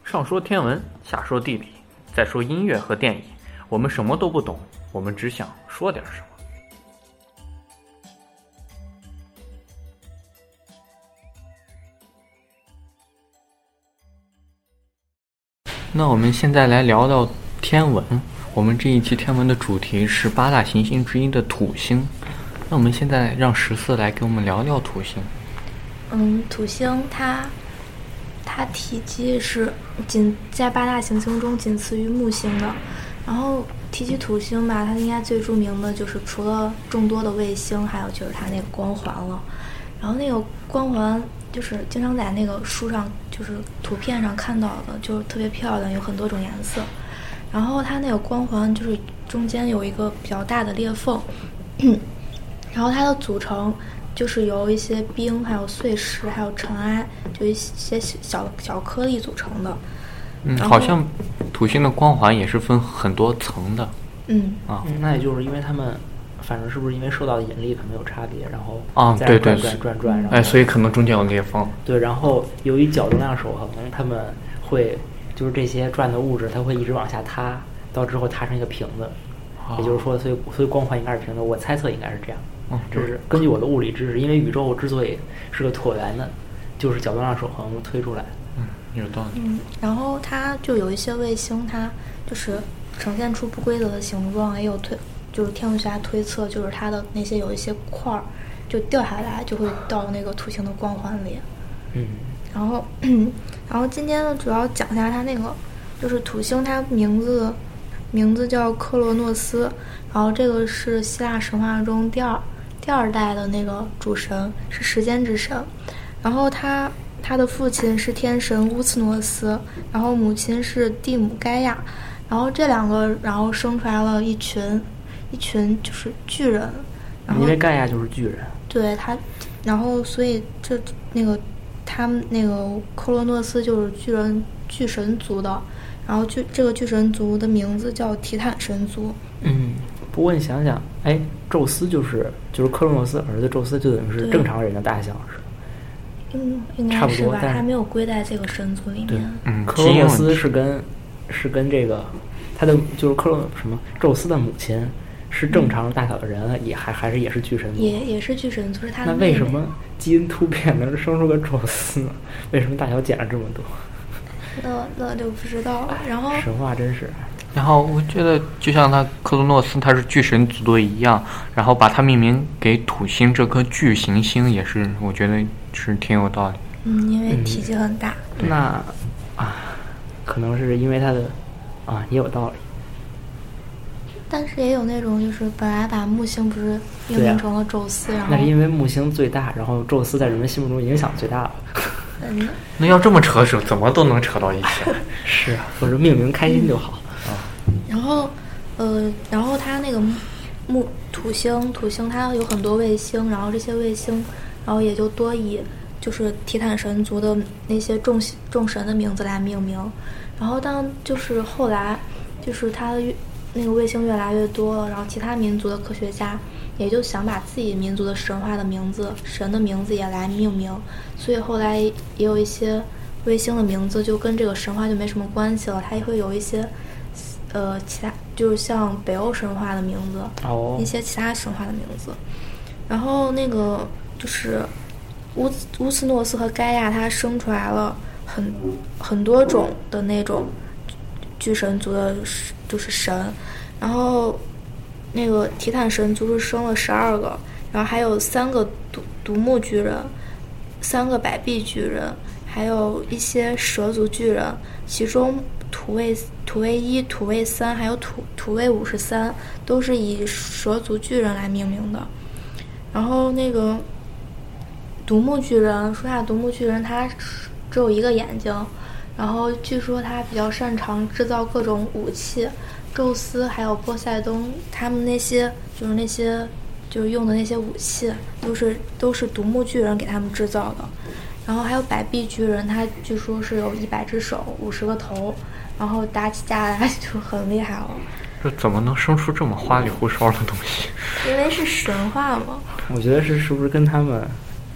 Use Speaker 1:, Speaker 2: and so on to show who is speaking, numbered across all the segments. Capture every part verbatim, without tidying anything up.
Speaker 1: 上说天文，下说地理，再说音乐和电影，我们什么都不懂，我们只想说点什么。那我们现在来聊聊天文。我们这一期天文的主题是八大行星之一的土星。那我们现在让十四来给我们聊聊土星。
Speaker 2: 嗯，土星它它体积是仅在八大行星中仅次于木星的。然后提起土星吧，它应该最著名的就是除了众多的卫星，还有就是它那个光环了。然后那个光环就是经常在那个书上，就是图片上看到的，就是特别漂亮，有很多种颜色。然后它那个光环就是中间有一个比较大的裂缝，然后它的组成就是由一些冰、还有碎石、还有尘埃，就一些小小颗粒组成的。
Speaker 1: 嗯，好像土星的光环也是分很多层的。
Speaker 2: 嗯
Speaker 3: 啊、嗯，那也就是因为他们，反正是不是因为受到的引力可能有差别，然后
Speaker 1: 啊，对对，
Speaker 3: 转转转，
Speaker 1: 哎，所以可能中间有裂缝。
Speaker 3: 对，然后由于角动量守恒，他们会就是这些转的物质，它会一直往下塌，到之后塌成一个瓶子。哦、也就是说，所以所以光环应该是平的。我猜测应该是这样。
Speaker 1: 嗯，
Speaker 3: 这是根据我的物理知识，因为宇宙之所以是个椭圆的，就是角动量守恒推出来的。
Speaker 1: 嗯，有道理。
Speaker 2: 嗯，然后它就有一些卫星，它就是呈现出不规则的形状，也有推，就是天文学家推测，就是它的那些有一些块儿就掉下来，就会到那个土星的光环里。
Speaker 3: 嗯，
Speaker 2: 然后，然后今天呢，主要讲一下它那个，就是土星，它名字名字叫克洛诺斯，然后这个是希腊神话中第二第二代的那个主神，是时间之神。然后他他的父亲是天神乌茨诺斯，然后母亲是蒂姆盖亚，然后这两个然后生出来了一群一群就是巨人。然后
Speaker 3: 因为盖亚就是巨人。
Speaker 2: 对他，然后所以这那个他们那个克洛诺斯就是巨人巨神族的。然后巨这个巨神族的名字叫提坦神族。
Speaker 3: 嗯，不过你想想，哎，宙斯就是就是克洛诺斯儿子宙斯，就等于是正常人的大小是。
Speaker 2: 嗯，应该是吧，还没有归在这个神族里面。
Speaker 3: 嗯，克洛诺斯是跟是跟这个他的就是克洛什么宙斯的母亲是正常大小的人，嗯、也还还是也是巨神族，
Speaker 2: 也也是巨神族，是他的
Speaker 3: 妹妹。那为什么基因突变能生出个宙斯呢？为什么大小减了这么多？
Speaker 2: 那那就不知道了。然后
Speaker 3: 神话真是。
Speaker 1: 然后我觉得就像他克罗诺斯他是巨神族的一样，然后把它命名给土星这颗巨行星也是我觉得是挺有道理。
Speaker 2: 嗯，因为体积很大。
Speaker 3: 嗯、那啊，可能是因为它的啊也有道理。
Speaker 2: 但是也有那种就是本来把木星不是命名成了宙斯，
Speaker 3: 啊、
Speaker 2: 然后
Speaker 3: 那是因为木星最大，然后宙斯在人们心目中影响最大了。
Speaker 2: 嗯，
Speaker 1: 那要这么扯扯，怎么都能扯到一起。
Speaker 3: 是啊，或者命名开心就好。
Speaker 2: 嗯、啊。然后，呃，然后它那个木土星，土星它有很多卫星，然后这些卫星，然后也就多以就是提坦神族的那些众众神的名字来命名。然后当就是后来，就是它的那个卫星越来越多了，然后其他民族的科学家也就想把自己民族的神话的名字、神的名字也来命名，所以后来也有一些卫星的名字就跟这个神话就没什么关系了，它也会有一些呃其他，就是像北欧神话的名字，
Speaker 3: 哦，
Speaker 2: 一些其他神话的名字。然后那个就是乌乌斯诺斯和盖亚，他生出来了很很多种的那种巨神族的，就是神，然后。那个提坦神族是生了十二个，然后还有三个独独木巨人，三个百臂巨人，还有一些蛇族巨人，其中土卫土卫一、土卫三还有土土卫五十三都是以蛇族巨人来命名的。然后那个独木巨人，说下独木巨人，他只有一个眼睛，然后据说他比较擅长制造各种武器。宙斯还有波塞冬，他们那些就是那些就是用的那些武器，都是都是独木巨人给他们制造的。然后还有百臂巨人，他据说是有一百只手、五十个头，然后打起架来就很厉害了。
Speaker 1: 这怎么能生出这么花里胡哨的东西？
Speaker 2: 因为是神话嘛。
Speaker 3: 我觉得是是不是跟他们，他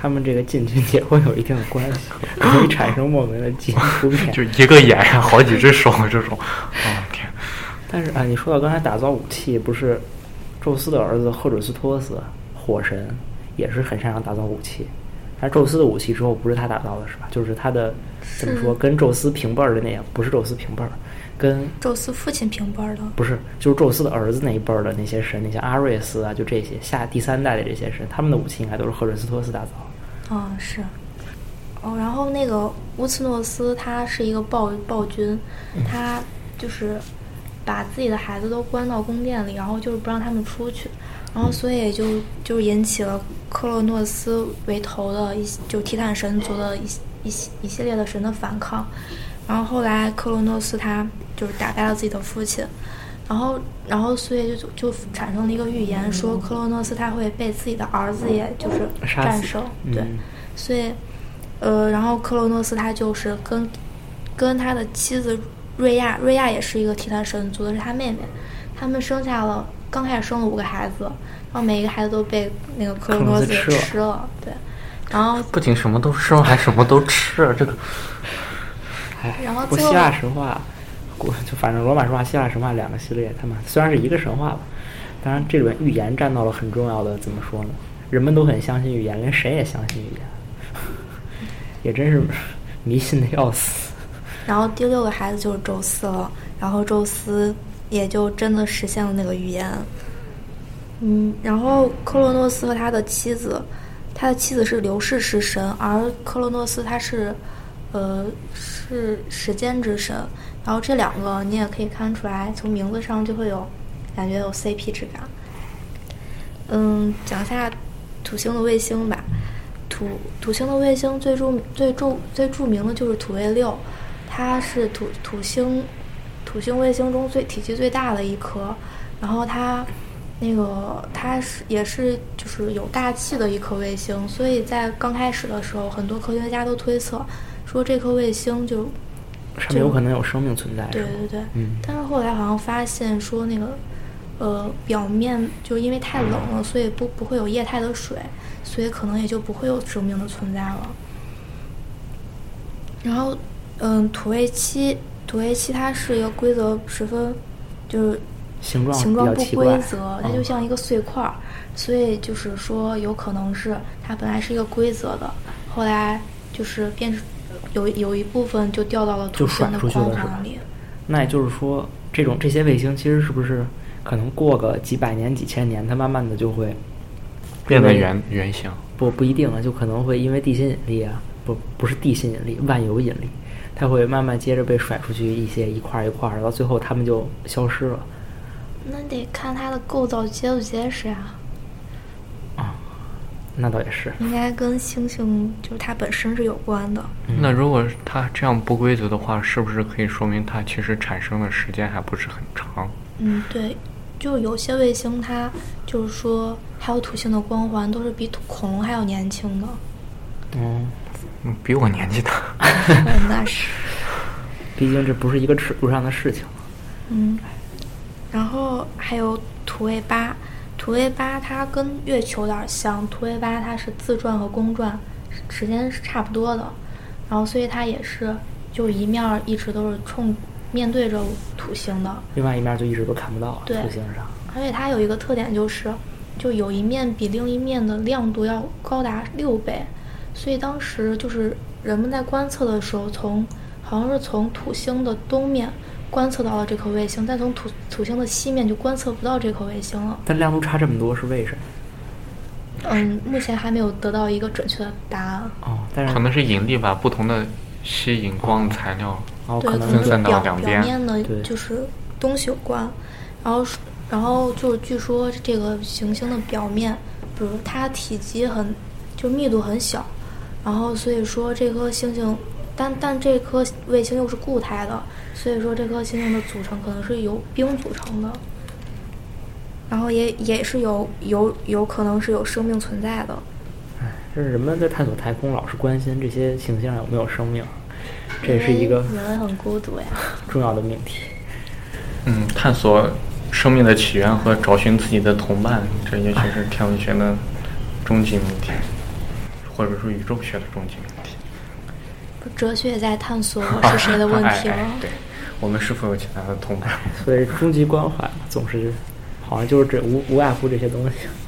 Speaker 3: 他们这个进去也会有一定的关系，可以产生莫名的基因突变。
Speaker 1: 就一个眼呀，好几只手这种，哦天！
Speaker 3: 但是啊，你说到刚才打造武器，不是宙斯的儿子赫准斯托斯，火神也是很擅长打造武器。但宙斯的武器之后不是他打造的，是吧？就是他的怎么说，跟宙斯平辈儿的那样，不是宙斯平辈儿，跟
Speaker 2: 宙斯父亲平辈儿的，
Speaker 3: 不是，就是宙斯的儿子那一辈儿的那些神，那些阿瑞斯啊，就这些下第三代的这些神，他们的武器应该都是赫准斯托斯打造的。
Speaker 2: 哦，是。哦，然后那个乌茨诺斯他是一个暴暴君，他就是把自己的孩子都关到宫殿里，然后就是不让他们出去，然后所以就就引起了克洛诺斯为头的一就提坦神族的一一一系列的神的反抗，然后后来克洛诺斯他就是打败了自己的父亲，然后然后所以就就产生了一个预言，说克洛诺斯他会被自己的儿子也就是战胜，对，
Speaker 3: 嗯、
Speaker 2: 所以呃，然后克洛诺斯他就是跟跟他的妻子瑞亚，瑞亚也是一个提坦神族的，是他妹妹，他们生下了刚开始生了五个孩子，然后每一个孩子都被那个克洛诺斯给吃了，对，然后
Speaker 1: 不仅什么都生，还什么都吃，这个。
Speaker 2: 然后
Speaker 3: 不，希腊神话，就反正罗马神话、希腊神话两个系列，他们虽然是一个神话吧，当然这里面预言占到了很重要的，怎么说呢？人们都很相信预言，连谁也相信预言，也真是迷信的要死。
Speaker 2: 然后第六个孩子就是宙斯了，然后宙斯也就真的实现了那个预言。嗯，然后克洛诺斯和他的妻子，他的妻子是流逝之神，而克洛诺斯他是。呃，是时间之神，然后这两个你也可以看出来，从名字上就会有感觉有 C P 质感。嗯，讲一下土星的卫星吧。土土星的卫星最著最著最著名的就是土卫六，它是土土星土星卫星中最体积最大的一颗，然后它那个它是也是就是有大气的一颗卫星，所以在刚开始的时候，很多科学家都推测。说这颗卫星就
Speaker 3: 上面有可能有生命存在，
Speaker 2: 对对对，
Speaker 3: 嗯，
Speaker 2: 但是后来好像发现说那个呃表面就是因为太冷了，所以不不会有液态的水，所以可能也就不会有生命的存在了。然后嗯，土卫七土卫七它是一个规则十分就是
Speaker 3: 形状
Speaker 2: 形状不规则，它就
Speaker 3: 嗯、
Speaker 2: 像一个碎块，所以就是说有可能是它本来是一个规则的，后来就是变成。有有一部分就掉到了土星的光环里，
Speaker 3: 那也就是说，这种这些卫星其实是不是可能过个几百年、几千年，它慢慢的就会
Speaker 1: 变得圆圆形？
Speaker 3: 不不一定啊，就可能会因为地心引力啊，不不是地心引力，万有引力，它会慢慢接着被甩出去一些一块一块，到最后它们就消失了。
Speaker 2: 那得看它的构造结不结实呀。
Speaker 3: 啊。那倒也是，
Speaker 2: 应该跟星星就是它本身是有关的。
Speaker 1: 嗯、那如果它这样不规则的话，是不是可以说明它其实产生的时间还不是很长？
Speaker 2: 嗯，对，就有些卫星它就是说还有土星的光环都是比恐龙还要年轻的。
Speaker 3: 嗯，
Speaker 1: 嗯，比我年纪大。
Speaker 2: 那是，
Speaker 3: 毕竟这不是一个尺度上的事情。
Speaker 2: 嗯，然后还有土卫八。土卫八它跟月球有点像，土卫八它是自转和公转时间是差不多的，然后所以它也是就一面一直都是冲面对着土星的，
Speaker 3: 另外一面就一直都看不到土星上。
Speaker 2: 而且它有一个特点就是，就有一面比另一面的亮度要高达六倍，所以当时就是人们在观测的时候，从好像是从土星的东面。观测到了这颗卫星，但从土土星的西面就观测不到这颗卫星了。
Speaker 3: 但亮度差这么多是为什么？
Speaker 2: 嗯，目前还没有得到一个准确的答案。
Speaker 3: 哦，但是
Speaker 1: 可能是引力把不同的吸引光材料
Speaker 3: 哦，
Speaker 2: 对，
Speaker 3: 可能
Speaker 1: 分散到两
Speaker 2: 边。表面的就是东西有关，然后然后就据说这个行星的表面，比如它体积很，就密度很小，然后所以说这颗星星，但但这颗卫星又是固态的。所以说这颗星星的组成可能是由冰组成的，然后也也是有有有可能是有生命存在的。
Speaker 3: 哎，就是人们在探索太空老是关心这些行星上有没有生命，这也是一个
Speaker 2: 人很孤独呀，
Speaker 3: 重要的命题。
Speaker 1: 嗯，探索生命的起源和找寻自己的同伴，这也许是天文学的终极命题。 或者说宇宙学的终极问题。
Speaker 2: 哲学在探索我是谁的问题了。
Speaker 1: 哎哎对，我们是否有其他的同感？
Speaker 3: 所以终极关怀总是好像就是这无无外乎这些东西。